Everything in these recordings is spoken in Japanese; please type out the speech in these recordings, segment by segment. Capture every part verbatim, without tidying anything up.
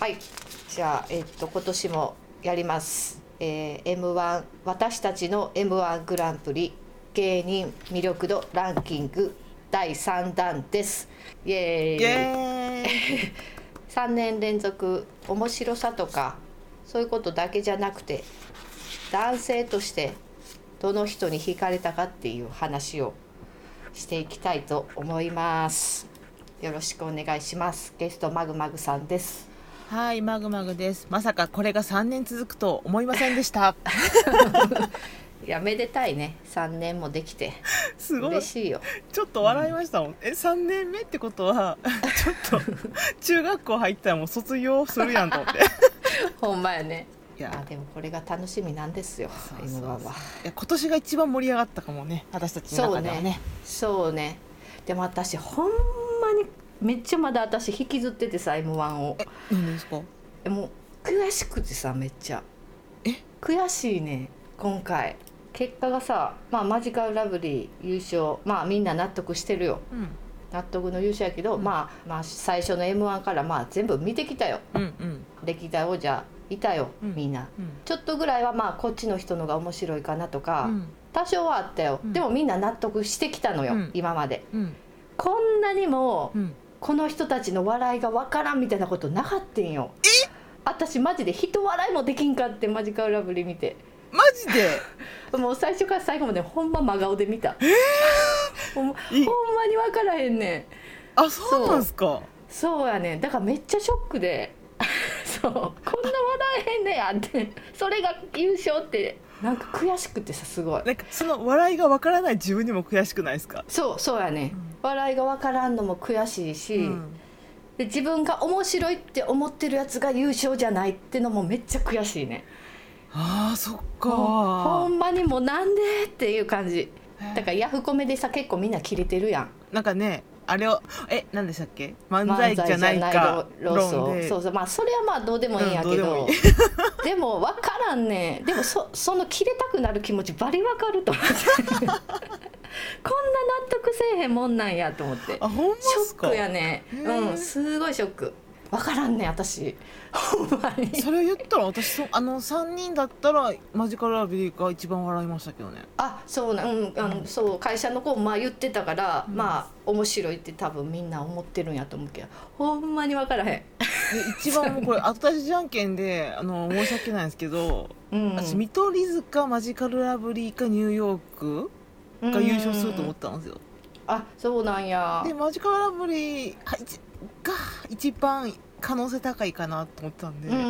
はい、じゃあ、えっと、今年もやります、えー、エムワン 私たちの エムワン グランプリ芸人魅力度ランキングだいさんだんです。イエーイ、 イエーイさんねん連続面白さとかそういうことだけじゃなくて、男性としてどの人に惹かれたかっていう話をしていきたいと思います。よろしくお願いします。ゲストマグマグさんです。 はい、マグマグです。まさかこれがさんねん続くと思いませんでしたいや、めでたいね。さんねんもできてすごい嬉しいよ。 ちょっと笑いましたもん、うん、えさんねんめってことはちょっと中学校入ったらもう卒業するやんと思ってほんまやね。 いやあでもこれが楽しみなんですよ。 そうそうそう、 エムワン は。 いや今年が一番盛り上がったかもね、私たちの中ではね。 そうね、そうね。でも私ほんまにめっちゃまだ私引きずっててさ エムワン を。 え何ですか？ えもう悔しくてさ、めっちゃえ悔しいね。今回結果がさ、まあ、マジカルラブリー優勝、まあみんな納得してるよ、うん、納得の優勝やけど、うんまあ、まあ最初の エムワン からまあ全部見てきたよ、うんうん、歴代王者いたよ、うん、みんな、うん、ちょっとぐらいはまあこっちの人のが面白いかなとか、うん、多少はあったよ、うん、でもみんな納得してきたのよ、うん、今まで、うん、こんなにも、うん、この人たちの笑いが分からんみたいなことなかったんよ。 え私マジで人笑いもできんかって、マジカルラブリー見て。 マジでもう最初から最後までほんま真顔で見た、えー、ほん, ほんまに分からへんねん。 あ、そうなんすか。 そうやねん、だからめっちゃショックでそうこんな笑えへんねやってそれが優勝ってなんか悔しくてさ、すごいなんかその笑いが分からない自分にも悔しくないですか？ そうそうやね、うん、笑いが分からんのも悔しいし、うん、で自分が面白いって思ってるやつが優勝じゃないってのもめっちゃ悔しいね。 あーそっか、 ほんまにもうなんでっていう感じだから、ヤフコメでさ結構みんなキレてるやん。なんかね、あれをえ何でしたっけ、漫才じゃないか論で、 そうそう、まあそれはまあどうでもいいんやけど、うん、どうでもいいでも分からんね。でも そ, そのキレたくなる気持ちバリ分かると思ってこんな納得せえへんもんなんやと思って。 あ、ほんまっすか？ ショックやね。うん、すごいショック。分からんね私ほんまに。 それを言ったら私そあのさんにんだったらマジカルラブリーが一番笑いましたけどね。 あ、そうな、うん、あのそう会社の子もまあ言ってたから、うん、まあ面白いって多分みんな思ってるんやと思うけど、ほんまに分からへん。で一番もうこれ後出しじゃんけんであの申し訳ないんですけど、うん、私見取り図かマジカルラブリーかニューヨークが優勝すると思ったんですよ。 あ、そうなんや。 でマジカルラブリーが一番可能性高いかなと思ったんで、うん、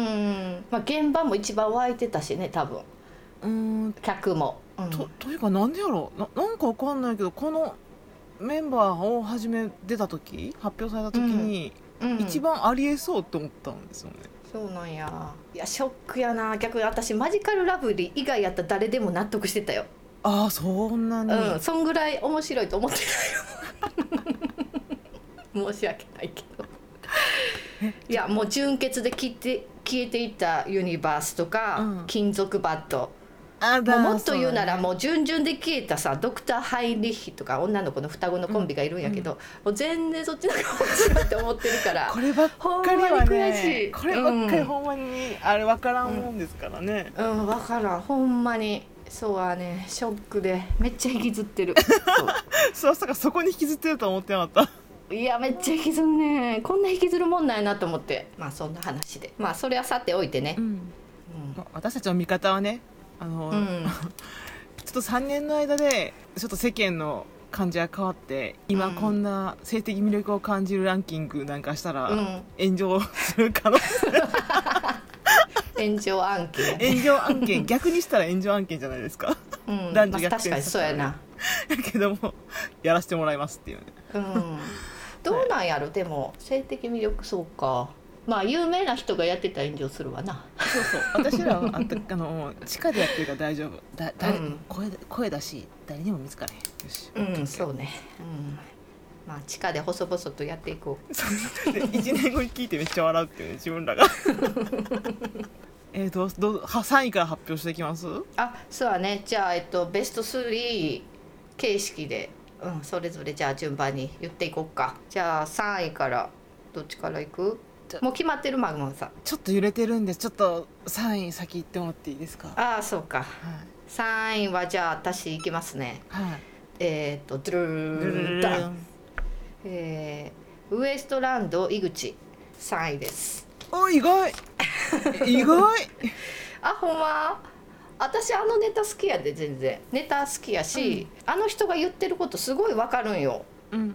まあ、現場も一番湧いてたしね、多分。うん、客も、うん、 と, というかなんでやろな、なんかわかんないけど、このメンバーを初め出た時発表された時に、うんうん、一番ありえそうって思ったんですよね。 そうなんや。いやショックやな。逆に私マジカルラブリー以外やったら誰でも納得してたよ。 ああ、そんなに、 うん、そんぐらい面白いと思ってたよ申し訳ないけどいやもう純潔で消えて消えていったユニバースとか、うん、金属バット、あだもっと言うならもう順々で消えたさドクター・ハインリッヒとか女の子の双子のコンビがいるんやけど、うん、もう全然そっちの方が面白いって思ってるからこればっかりはね、こればっかりほんまに、うん、あれ分からんもんですからね。 うん、うん、分からんほんまに。そうはね、ショックでめっちゃ引きずってるそうそう、そこに引きずってるとは思ってなかった。 いやめっちゃ引きずるね。こんな引きずるもんないなと思って。まあそんな話で、まあそれはさておいてね、うんうん、 私たちの見方はね、あの、うん、ちょっとさんねんの間でちょっと世間の感じが変わって、今こんな性的魅力を感じるランキングなんかしたら炎上する可能性炎上案件炎上案件逆にしたら炎上案件じゃないですか、うん、男女逆転したら、ね、まあ、確かにそうやなやけどもやらせてもらいますっていうね、うん、 どうなんやろ、はい、でも性的魅力、そうか、まあ有名な人がやってたら炎上するわな。 そうそう、私らはあったあの地下でやってるから大丈夫だ、誰、うん、声, 声だし誰にも見つからへん。よし、 うん、そうね、うん、まあ地下で細々とやっていこう。 そうね、いちねんごに聞いてめっちゃ笑うっていうね、自分らがえーとどうさんいから発表していきます？ あ、そうだね。じゃあ、えっと、ベストスリー形式で、うん、それぞれじゃあ順番に言っていこうか。じゃあさんいからどっちからいく？ もう決まってるマグモンさん。 ちょっと揺れてるんです。ちょっとさんい先言ってもらっていいですか？ ああそうか、 はい、 さんいはじゃあ私いきますね。 はい、 えっ、ー、とドゥルルルルルルルダン、えー、ウエストランド井口さんいです。 お意外意外あほんま、私あのネタ好きやで。全然ネタ好きやし、うん、あの人が言ってることすごいわかるんよ。 うんうんうん、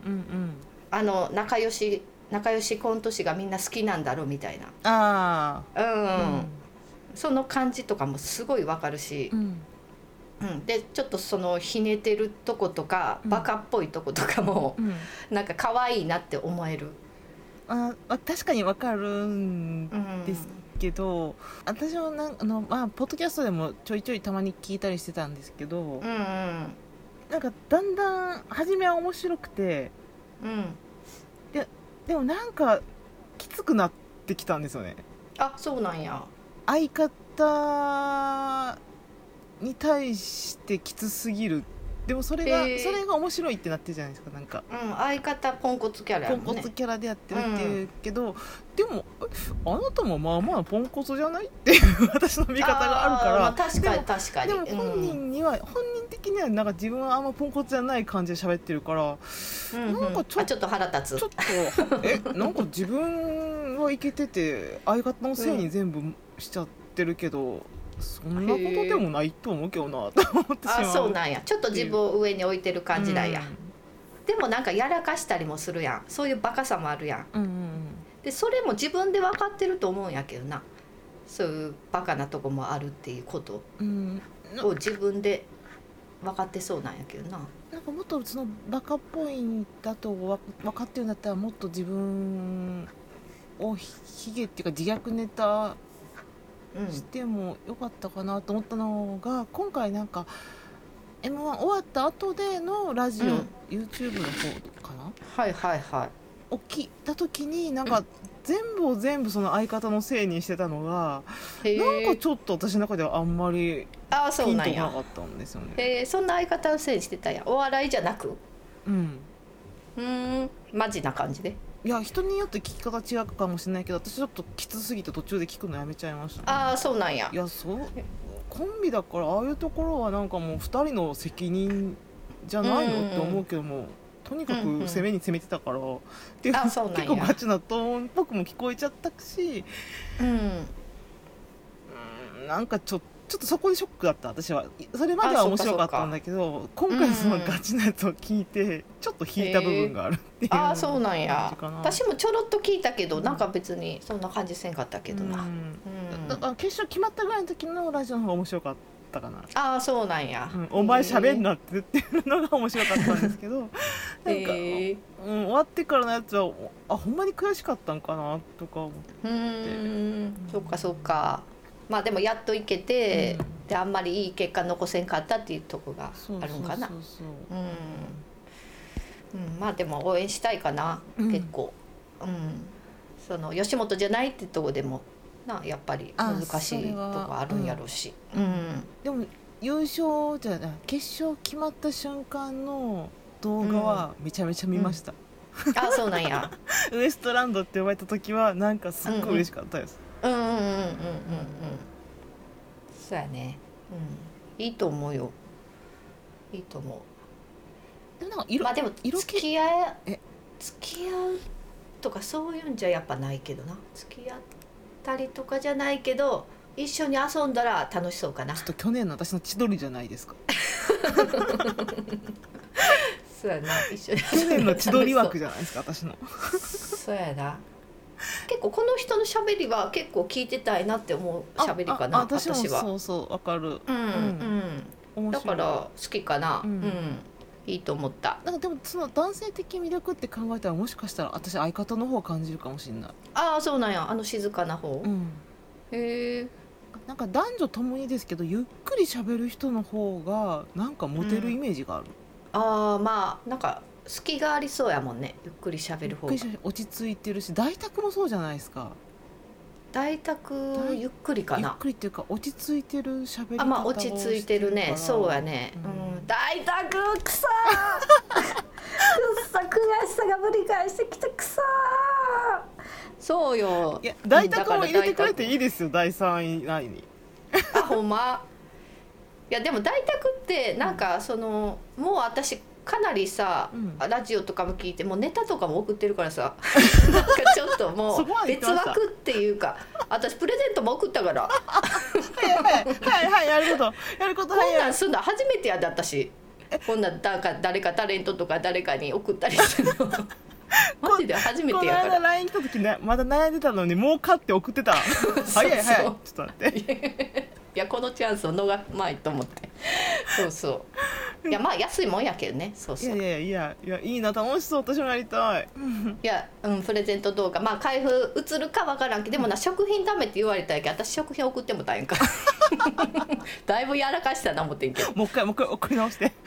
あの仲良し仲良しコント師がみんな好きなんだろうみたいな、 ああ、 うん、うん、 うん、 その感じとかもすごいわかるし、 うんうん、でちょっとそのひねてるとことか、うん、バカっぽいとことかも、うん、なんか可愛いなって思える。 あ確かにわかるんですけど、うん、私はなんあの、まあ、ポッドキャストでもちょいちょいたまに聞いたりしてたんですけど、うんうん、なんかだんだん初めは面白くて、うん、で, でもなんかきつくなってきたんですよね。 あそうなんや。 相方に対してきつすぎる。でもそれが、えー、それが面白いってなってるじゃないですか。なんか、 うん、相方ポンコツキャラやもんね。 ポンコツキャラでやってるっていうけど、うん、でもあなたもまあまあポンコツじゃないっていう私の見方があるから、 まあ、確かに確かに。 でも本人には、うん、本人的にはなんか自分はあんまポンコツじゃない感じで喋ってるから、 うんうん、なんかちょ, ちょっと腹立つ。 ちょっとえなんか自分はいけてて相方のせいに全部しちゃってるけど、うん、そんなことでもないと思うけどなと思ってしまう。 あそうなんや。ちょっと自分を上に置いてる感じなんや、うん、でもなんかやらかしたりもするやん。そういうバカさもあるやん、うんうんうん、でそれも自分で分かってると思うんやけどな。そういうバカなとこもあるっていうことを自分で分かってそうなんやけどな。 なんかもっとそのバカっぽいんだと分かってるんだったらもっと自分をひげっていうか自虐ネタしてもよかったかなと思ったのが、うん、今回なんか エムワン 終わった後でのラジオ、うん、YouTube の方かな、 はいはいはい、 起きた時になんか全部を全部その相方のせいにしてたのが、なんかちょっと私の中ではあんまりピンとこなかったんですよね。 へえ、そんな相方のせいにしてたんや。お笑いじゃなく、 うんうーん、マジな感じで。 いや人によって聞き方違うかもしれないけど、私ちょっときつすぎて途中で聞くのやめちゃいました、ね、 ああそうなんや。 いやそうコンビだからああいうところはなんかもうふたりの責任じゃないのって思うけども、とにかく攻めに攻めてたから、うんうん、で結構ガチなトーンっぽくも聞こえちゃったし、うん、うんなんかちょっとちょっとそこでショックだった。私はそれまでは面白かったんだけど、今回そのガチなやつを聞いてちょっと引いた部分があるっていう、 ああそうなんや。私もちょろっと聞いたけど、うん、なんか別にそんな感じせんかったけどな、うんうん、だから決勝決まったぐらいの時のラジオの方が面白かったかな。 ああそうなんや、 うん、お前喋んなって言ってるのが面白かったんですけどなんか、うん、終わってからのやつはあほんまに悔しかったんかなとか思って、うーん、そっかそっか。まあでもやっといけて、うん、であんまりいい結果残せんかったっていうとこがあるんかな。まあでも応援したいかな、うん、結構、うん、その吉本じゃないってとこでもなやっぱり難しいとこあるんやろうし、うんうん、 でも優勝じゃない決勝決まった瞬間の動画はめちゃめちゃ見ました、 うんうん、あそうなんやウエストランドって呼ばれた時はなんかすっごい嬉しかったです。 うんうんうんうんうんうん、そうやね、うん、いいと思うよ、いいと思う。 でもなんか色、 まあでも付き合いえ付き合うとかそういうんじゃやっぱないけどな。付き合ったりとかじゃないけど一緒に遊んだら楽しそうかな。 ちょっと去年の私の千鳥じゃないですかそうやな、一緒に去年の千鳥枠じゃないですか私のそうやな。結構この人の喋りは結構聞いてたいなって思う喋りかな。 私はそうそうわかる、 うんうん、だから好きかな、うん、うん、いいと思った。 なんかでもその男性的魅力って考えたらもしかしたら私相方の方を感じるかもしれない。 ああそうなんや、あの静かな方、うん、へえ。 なんか男女ともにですけどゆっくり喋る人の方がなんかモテるイメージがある、 うん、ああまあなんか隙がありそうやもんね、ゆっくり喋る方が。 落ち着いてるし、大宅もそうじゃないですか。 大宅ゆっくりかな。 ゆっくりっていうか落ち着いてる喋り方をしてるから。 あまあ落ち着いてるね、そうやね、うんうん、大宅くそーくっさ悔しさがぶり返してきてくそーそうよ。 いや大宅も入れてくれていいですよ、だいさんい以内に。 あ、ほんま。いやでも大宅ってなんかそのもう私かなりさ、うん、ラジオとかも聞いてもうネタとかも送ってるからさなんかちょっともう別枠っていうか私プレゼントも送ったからはいはいはいはいやることやることこんなんすんの初めてやで私こんなんだか誰かタレントとか誰かに送ったりするのマジで初めてやから。 この間 ライン 来た時、ね、まだ悩んでたのにもう買って送ってた早い早いちょっと待っていやこのチャンスを逃まいと思ってそうそういやまあ安いもんやけどね。そうそういやいやいやいやいいな楽しそう私もやりたいいや、うん、プレゼント動画まあ開封映るかわからんけどでもな食品ダメって言われたんやけど私食品送ってもたんやんかだいぶやらかしたな思ってんけどもう一回もう一回送り直して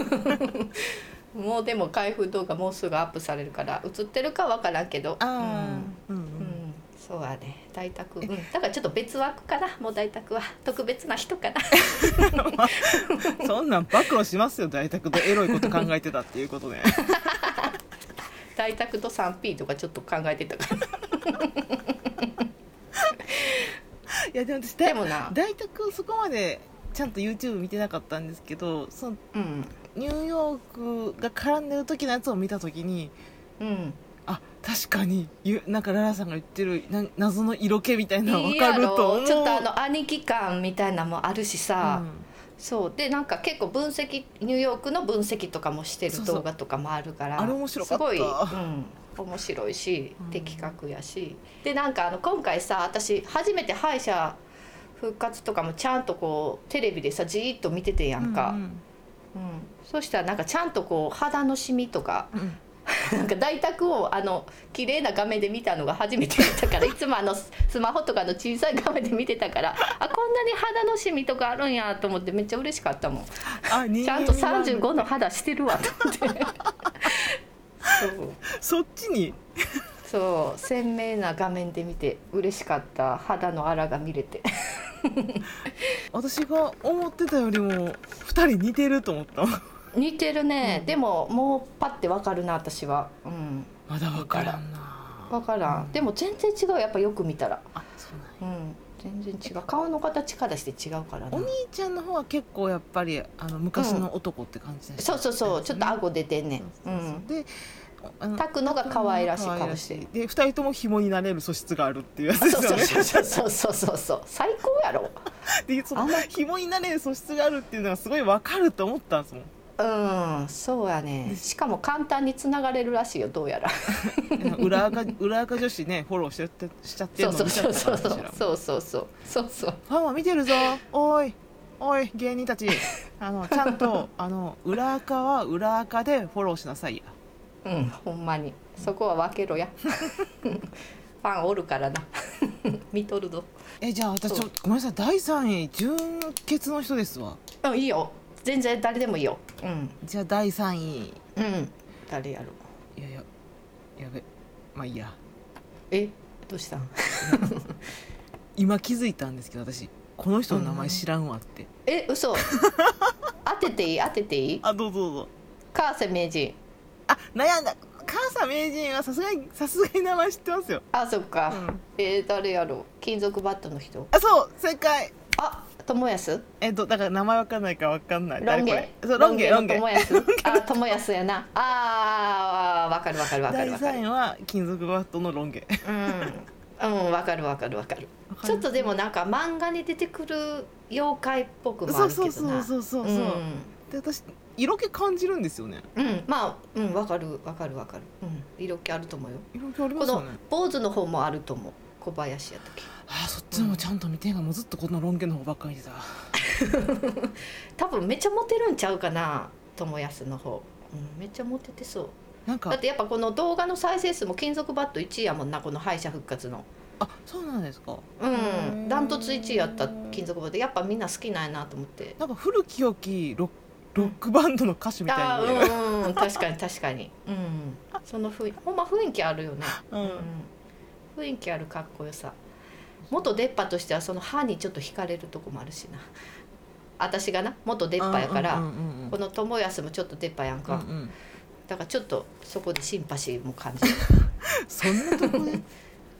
もうでも開封動画もうすぐアップされるから映ってるかわからんけどあ、うんうんうん、 そうやね大宅、うん、だからちょっと別枠かなもう大宅は特別な人かなそんなん暴露しますよ大宅とエロいこと考えてたっていうことで大宅と スリーピー とかちょっと考えてたからいやでも私でもな大宅そこまでちゃんと YouTube 見てなかったんですけどその、うん、ニューヨークが絡んでる時のやつを見た時に、うん、あ確かになんかララさんが言ってるな謎の色気みたいなの分かると思う。 ちょっとあの兄貴感みたいなのもあるしさ、うん、そうでなんか結構分析ニューヨークの分析とかもしてる動画とかもあるからそうそうあれ面白かったすごい、うん、面白いし的確やし、うん、でなんかあの今回さ私初めて敗者復活とかもちゃんとこうテレビでさじーっと見ててやんか、うんうんうん、そしたらなんかちゃんとこう肌のシミとか、うんなんか大宅をあの綺麗な画面で見たのが初めてだったからいつもあのスマホとかの小さい画面で見てたからあこんなに肌のシミとかあるんやと思ってめっちゃ嬉しかったもん。あちゃんとさんじゅうごの肌してるわと思ってそうそっちにそう鮮明な画面で見て嬉しかった肌のあらが見れて私が思ってたよりもふたり似てると思った似てるね、うん、でももうパッて分かるな私は、うん、 まだ分からんな分からん、うん、でも全然違うやっぱよく見たらあそうなんや、うん、 全然違う顔の形からして違うからな。 お兄ちゃんの方は結構やっぱりあの昔の男って感じで、ねうん、 そうそうそうちょっと顎出てんねんそうそうそう、うん、でタクのが可愛らしい顔してでふたりとも紐になれる素質があるっていうやつですよね。 そうそうそうそうそう最高やろでその紐になれる素質があるっていうのがすごい分かると思ったんですもん。 うんそうやね。しかも簡単につながれるらしいよどうやら裏垢裏垢女子ねフォローしちゃってしちゃってるの見ちゃったそうそうそうそうそうそうそうファンは見てるぞおいおい芸人たちあのちゃんとあの裏垢は裏垢でフォローしなさいや。 うんほんまにそこは分けろやファンおるからな見とるぞ。 えじゃあ私ちょごめんなさいだいさんい純潔の人ですわ。 うんいいよ全然誰でもいいよ、うん、 じゃあだいさんいうん誰やろう。いやいややべまあいいや。 えどうしたん今気づいたんですけど私この人の名前知らんわって、うん、 え嘘当てていい当てていいあどうぞどうぞ。 川瀬名人。 あ悩んだ川瀬名人はさすがにさすがに名前知ってますよ。 あそっか、うん、えー、誰やろう金属バットの人。 あそう正解。 あ友安えっとだから名前わかんないからわかんない。 ロン毛そうロン毛ロン毛友安あ友安やなあーわかるわかるわかるわかる。 だいさんいは金属バットのロン毛うんうんわかるわかるわかる。ちょっとでもなんか漫画に出てくる妖怪っぽくもあるけどな。 そうそうそうそうそう、うん、で私色気感じるんですよね。 うんまあうんわかるわかるわかる、うん、色気あると思うよ。 色気ありますよね。 この坊主の方もあると思う小林やったっけ。 あそっちのもちゃんと見てんが、うん、もうずっとこのロン毛の方ばっかり見てた多分めっちゃモテるんちゃうかな友安の方、うん、めっちゃモテてそう。なんかだってやっぱこの動画の再生数も金属バットいちいやもんなこの敗者復活の。 あそうなんですか。 うんダントツいちいやった金属バットやっぱみんな好きなんやなと思って。なんか古き良きロッロックバンドの歌手みたいな、 うん、あうん確かに確かに、うん、その雰囲気ほんま雰囲気あるよね、うんうん、雰囲気あるかっこよさ。元出っ歯としてはその歯にちょっと惹かれるとこもあるしな私がな元出っ歯やから、うんうんうんうん、この友安もちょっと出っ歯やんか、うんうん、だからちょっとそこでシンパシーも感じるそんなとこで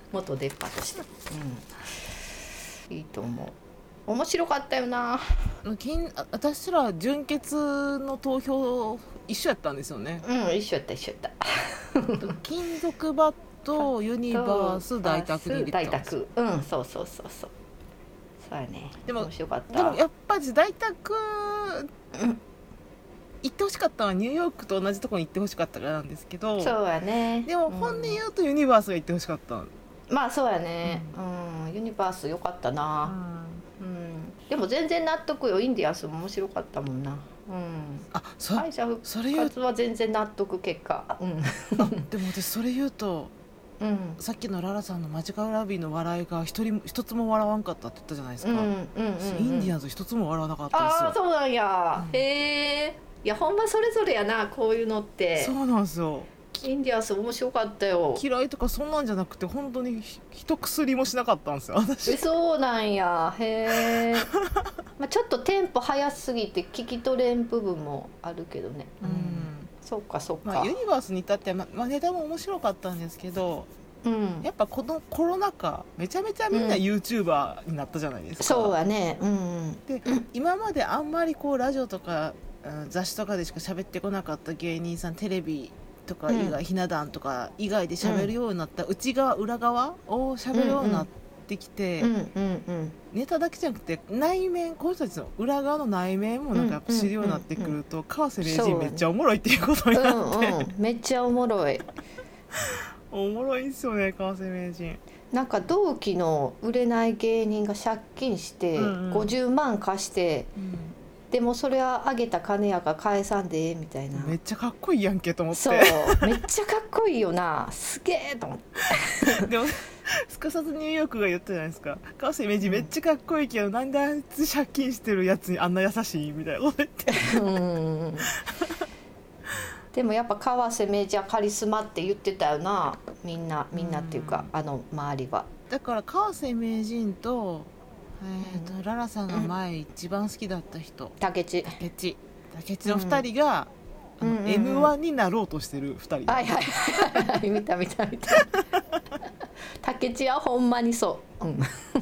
元出っ歯として、うん、いいと思う。面白かったよな。 金私ら純潔の投票一緒やったんですよね。 うん一緒やった一緒やった金属バットユニバース大宅に入れてたんですよ。 大宅、うんそうそうそうそうそうやね。 でも面白かった。 でもやっぱり大宅、 うん、 行ってほしかったのはニューヨークと同じところに行ってほしかったからなんですけど、 そうやね。 でも本音言うとユニバースが行ってほしかった、うん、 まあそうやね、うん、ユニバース良かったな、うん、うん、でも全然納得よ。インディアンスも面白かったもんな、うん、 あそ敗者復活は全然納得結果、うん、 でも私それ言うと、うん、さっきのララさんのマジカルラビーの笑いが一人一つも笑わんかったって言ったじゃないですか、うんうんうんうん、インディアンス一つも笑わなかったですよ。 ああそうなんや、うん、へえ。いやほんまそれぞれやなこういうのって。 そうなんですよ。 インディアンス面白かったよ。 嫌いとかそんなんじゃなくて本当に一薬もしなかったんですよ私。 そうなんや。へえまあちょっとテンポ早すぎて聞き取れん部分もあるけどね、うん、そうかそうか、 まあ、ユニバースに至っては、まあ、ネタも面白かったんですけど、うん、やっぱこのコロナ禍めちゃめちゃみんな YouTuber になったじゃないですか、 うん、そうやね、うん、 で今まであんまりこうラジオとか雑誌とかでしか喋ってこなかった芸人さん、テレビとか以外、うん、ひな壇とか以外で喋るようになった、うん、内側裏側を喋るようになってきて、うんうんうん、ネタだけじゃなくて内面、この人たちの裏側の内面もなんかやっぱ知るようになってくると、川瀬名人めっちゃおもろいっていうことになって、うんうん、 めっちゃおもろいおもろいんですよね川瀬名人。 なんか同期の売れない芸人が借金してごじゅうまん貸して、うんうんでもそれはあげた金やから返さんでええみたいな。 めっちゃかっこいいやんけと思って。 そうめっちゃかっこいいよな、すげえと思ってでもすかさずニューヨークが言ったじゃないですか、川瀬名人めっちゃかっこいいけど、うん、なんであいつ借金してるやつにあんな優しいみたいなこと言ってうんでもやっぱ川瀬名人はカリスマって言ってたよな、みんなみんなっていうか、うん、あの周りは。 だから川瀬名人とえー、とララさんが前一番好きだった人、 竹地竹地竹地のふたりが、うん、エムワン になろうとしてるふたり、 はいはいはい見た見た見た竹地はほんまにそう、うん、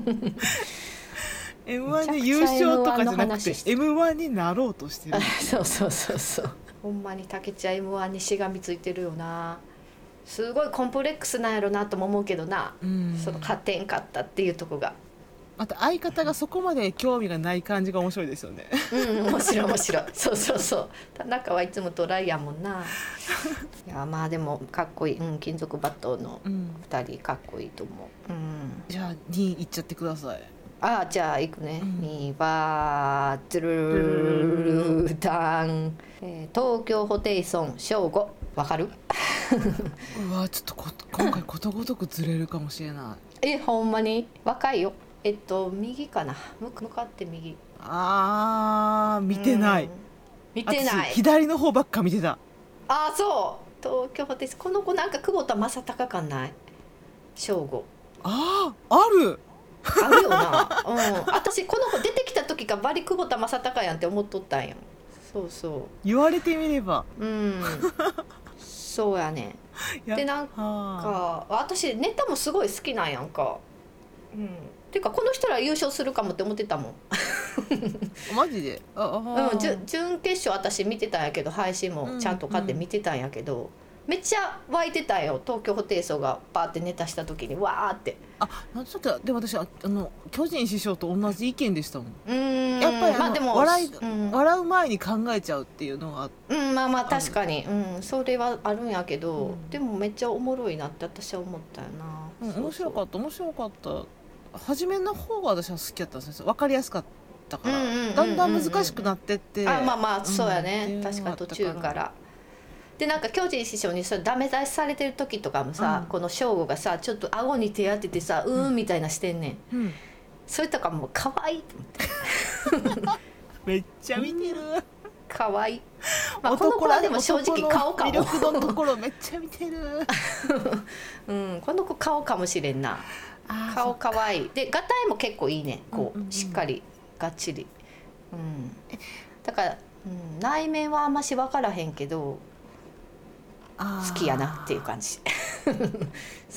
エムワン で優勝とかじゃなくて エムワン になろうとしてるそうそうそうそうほんまに竹地は エムワン にしがみついてるよな。すごいコンプレックスなんやろなとも思うけどな、うん、その勝てんかったっていうとこが。 また相方がそこまで興味がない感じが面白いですよね。 うん面白い面白いそうそうそう。田中はいつもドライやもんな。いやまあでもかっこいい、うん、金属バットのふたりかっこいいと思う、うん、 じゃあにいいっちゃってください。 ああじゃあいくね、うん、にはトゥルルルダン、えー、東京ホテイソン正吾わかるうわちょっとこ今回ことごとくずれるかもしれない。 えほんまに若いよ。えっと右かな、向かって右。 あー見てない、うん、 見てない。 左の方ばっか見てた。 あーそう東京ホテイソン、この子なんか久保田正孝かんない正吾。 あああるあるよな、うん、私この子出てきた時がバリ久保田正孝やんって思っとったんや。そうそう言われてみればうんそうやね。でなんか私ネタもすごい好きなんやんか、うん、ていうかこの人ら優勝するかもって思ってたもんマジでああ、 うん、準決勝私見てたんやけど、配信もちゃんと買って見てたんやけど、うんうん、めっちゃ湧いてたよ。東京ホテイソンがパーってネタした時にわーって。 あちょっとで私あの巨人師匠と同じ意見でしたもん。 うーんやっぱりまあでも笑い、 うん、 笑う前に考えちゃうっていうのがうんまあまあ確かに、うん、それはあるんやけど、うん、でもめっちゃおもろいなって私は思ったよな、 うん、面白かった面白かった。初めの方が私は好きだったんですよ。分かりやすかったから、だんだん難しくなってって、 あまあまあそうやね、うん、確か途中からでなんか巨人師匠にそれダメ出しされてる時とかもさ、うん、この翔吾がさちょっと顎に手当ててさうーんみたいなしてんねん、うん、それとかもう可愛いと思ってめっちゃ見てる、うん、 可愛い、まあ、この子はでも正直顔かも、 魅力のところめっちゃ見てるうん、この子顔かもしれんな。顔可愛いでガタイも結構いいね、こう、うんうんうん、しっかりがっちり、うん、だから、うん、内面はあんまし分からへんけど好きやなっていう感じ好き、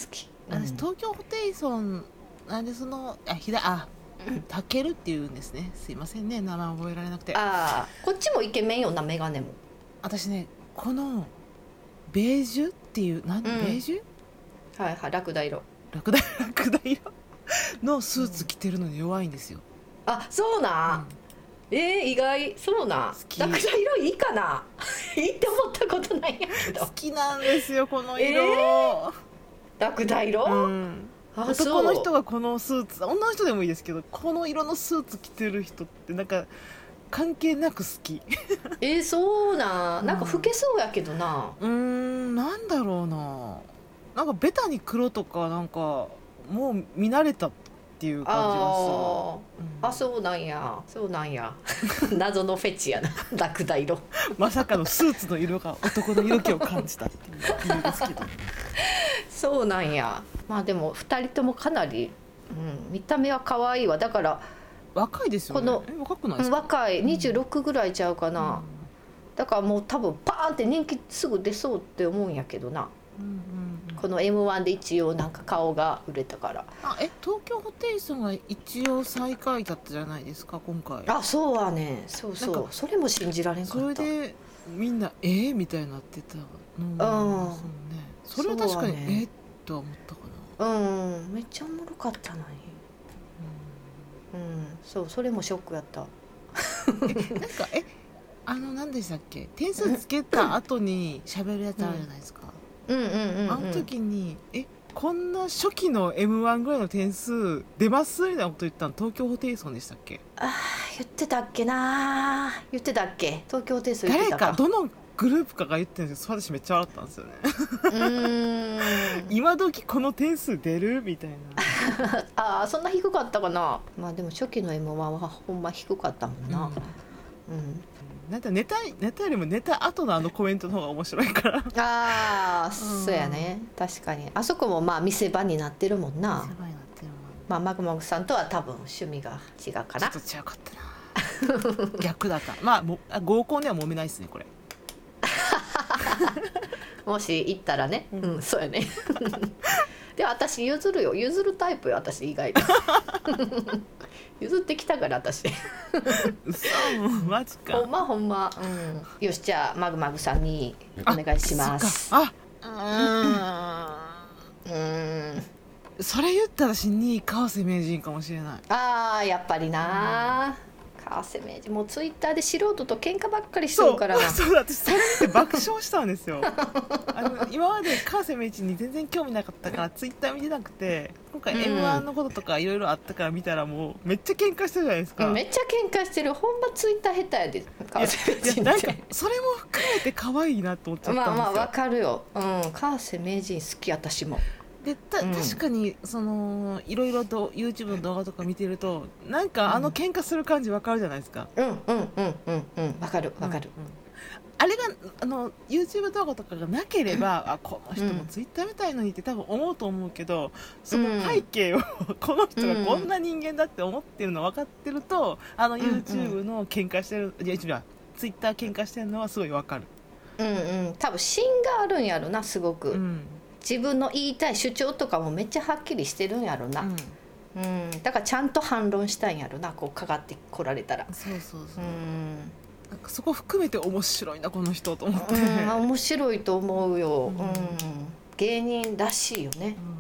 私東京ホテイソンなんでそのあひだあたけるっていうんですね。すいませんね、名前覚えられなくて。 ああこっちもイケメンよな、メガネも。 私ねこのベージュっていうなん、うん、ベージュはいはいラクダ色ラクダラクダ色のスーツ着てるのに弱いんですよ、 うん、あそうな、うん、えー、意外そうな。ラクダ色いいかないいって思ったことないんやけど好きなんですよこの色、えー、ラクダ色、 うん男の人がこのスーツ、女の人でもいいですけどこの色のスーツ着てる人ってなんか関係なく好きえー、そうな、なんか老けそうやけどな。 うーんなんだろうな、なんかベタに黒とかなんかもう見慣れたっていう感じがする。あ、 うん、あそうなんやそうなんや謎のフェチやなラクダ色まさかのスーツの色が男の色気を感じたっていう理由ですけどそうなんや。まあでもふたりともかなり、うん、見た目は可愛いわ。だから若いですよね。このえ若くないですか。 若いにじゅうろくぐらいちゃうかな、うん、だからもう多分パーンって人気すぐ出そうって思うんやけどな、うんうんうん、この エムワン で一応なんか顔が売れたから。 あえ東京ホテイソンが一応最下位だったじゃないですか今回。 あそうはねそうそうそれも信じられんかった。 それでみんなえー、みたいになってたのも、うん、そうね、それは確かに、ね、えー、とは思ったかな。 うんめっちゃおもろかったのに、うん、うん、そうそれもショックやったえなんかえあの何でしたっけ、点数つけた後に喋るやつあるじゃないですか、 うんうんうんうんうん、 あの時にえこんな初期の エムワン ぐらいの点数出ますみたいなこと言ったの東京ホテイソンでしたっけ。 あ言ってたっけな言ってたっけ東京ホテイソン言ってたか。 誰かどのグループかが言ってるんですけど私めっちゃ笑ったんですよねうーん今時この点数出るみたいなああそんな低かったかな。まあでも初期の エムワン はほんま低かったもんな、うん、うん、 なんかネタネタよりもネタ後のあのコメントの方が面白いからああ、うん、そうやね確かにあそこもまあ見せ場になってるもんな。見せ場になってるもん、まあ、マグマグさんとは多分趣味が違うかな。 ちょっと違うかったな逆だった。まあも合コンでは揉めないですねこれもし行ったらね、うん、うん、そうやねで私譲るよ譲るタイプよ私意外と譲ってきたから私嘘マジかほんまほんま、うん、よしじゃあマグマグさんにお願いします。 ああうーんそれ言ったら私にい川瀬名人かもしれない。 あーやっぱりな、うん川瀬名人もうツイッターで素人と喧嘩ばっかりしてるからな。 そうそうだってそれ見て爆笑したんですよあの今まで川瀬名人に全然興味なかったからツイッター見てなくて今回 エムワン のこととかいろいろあったから見たらもうめっちゃ喧嘩してるじゃないですか、 うん、めっちゃ喧嘩してるほんまツイッター下手やで川瀬名人って。 なんかそれも含めて可愛いなと思っちゃったんですよ。 まあまあわかるよ、うん、川瀬名人好き私も。 でた確かにそのいろいろと YouTube の動画とか見てるとなんかあの喧嘩する感じわかるじゃないですか。 うんうんうんうんうんわかるわかる、 うんうん、あれがあの YouTube 動画とかがなければ、うん、あこの人も Twitter みたいのにって多分思うと思うけど、その背景を、うん、この人がこんな人間だって思ってるの分かってると、あの YouTube の喧嘩してる、うん、いや Twitter 喧嘩してるのはすごい分かる。 うんうん多分芯があるんやろなすごく、うん自分の言いたい主張とかもめっちゃはっきりしてるんやろな、うんうん、だからちゃんと反論したんやろなこうかかってこられたら。 そうそうそう、うん、なんかそこ含めて面白いなこの人と思って、 うん、面白いと思うよ、うんうん、芸人らしいよね、うん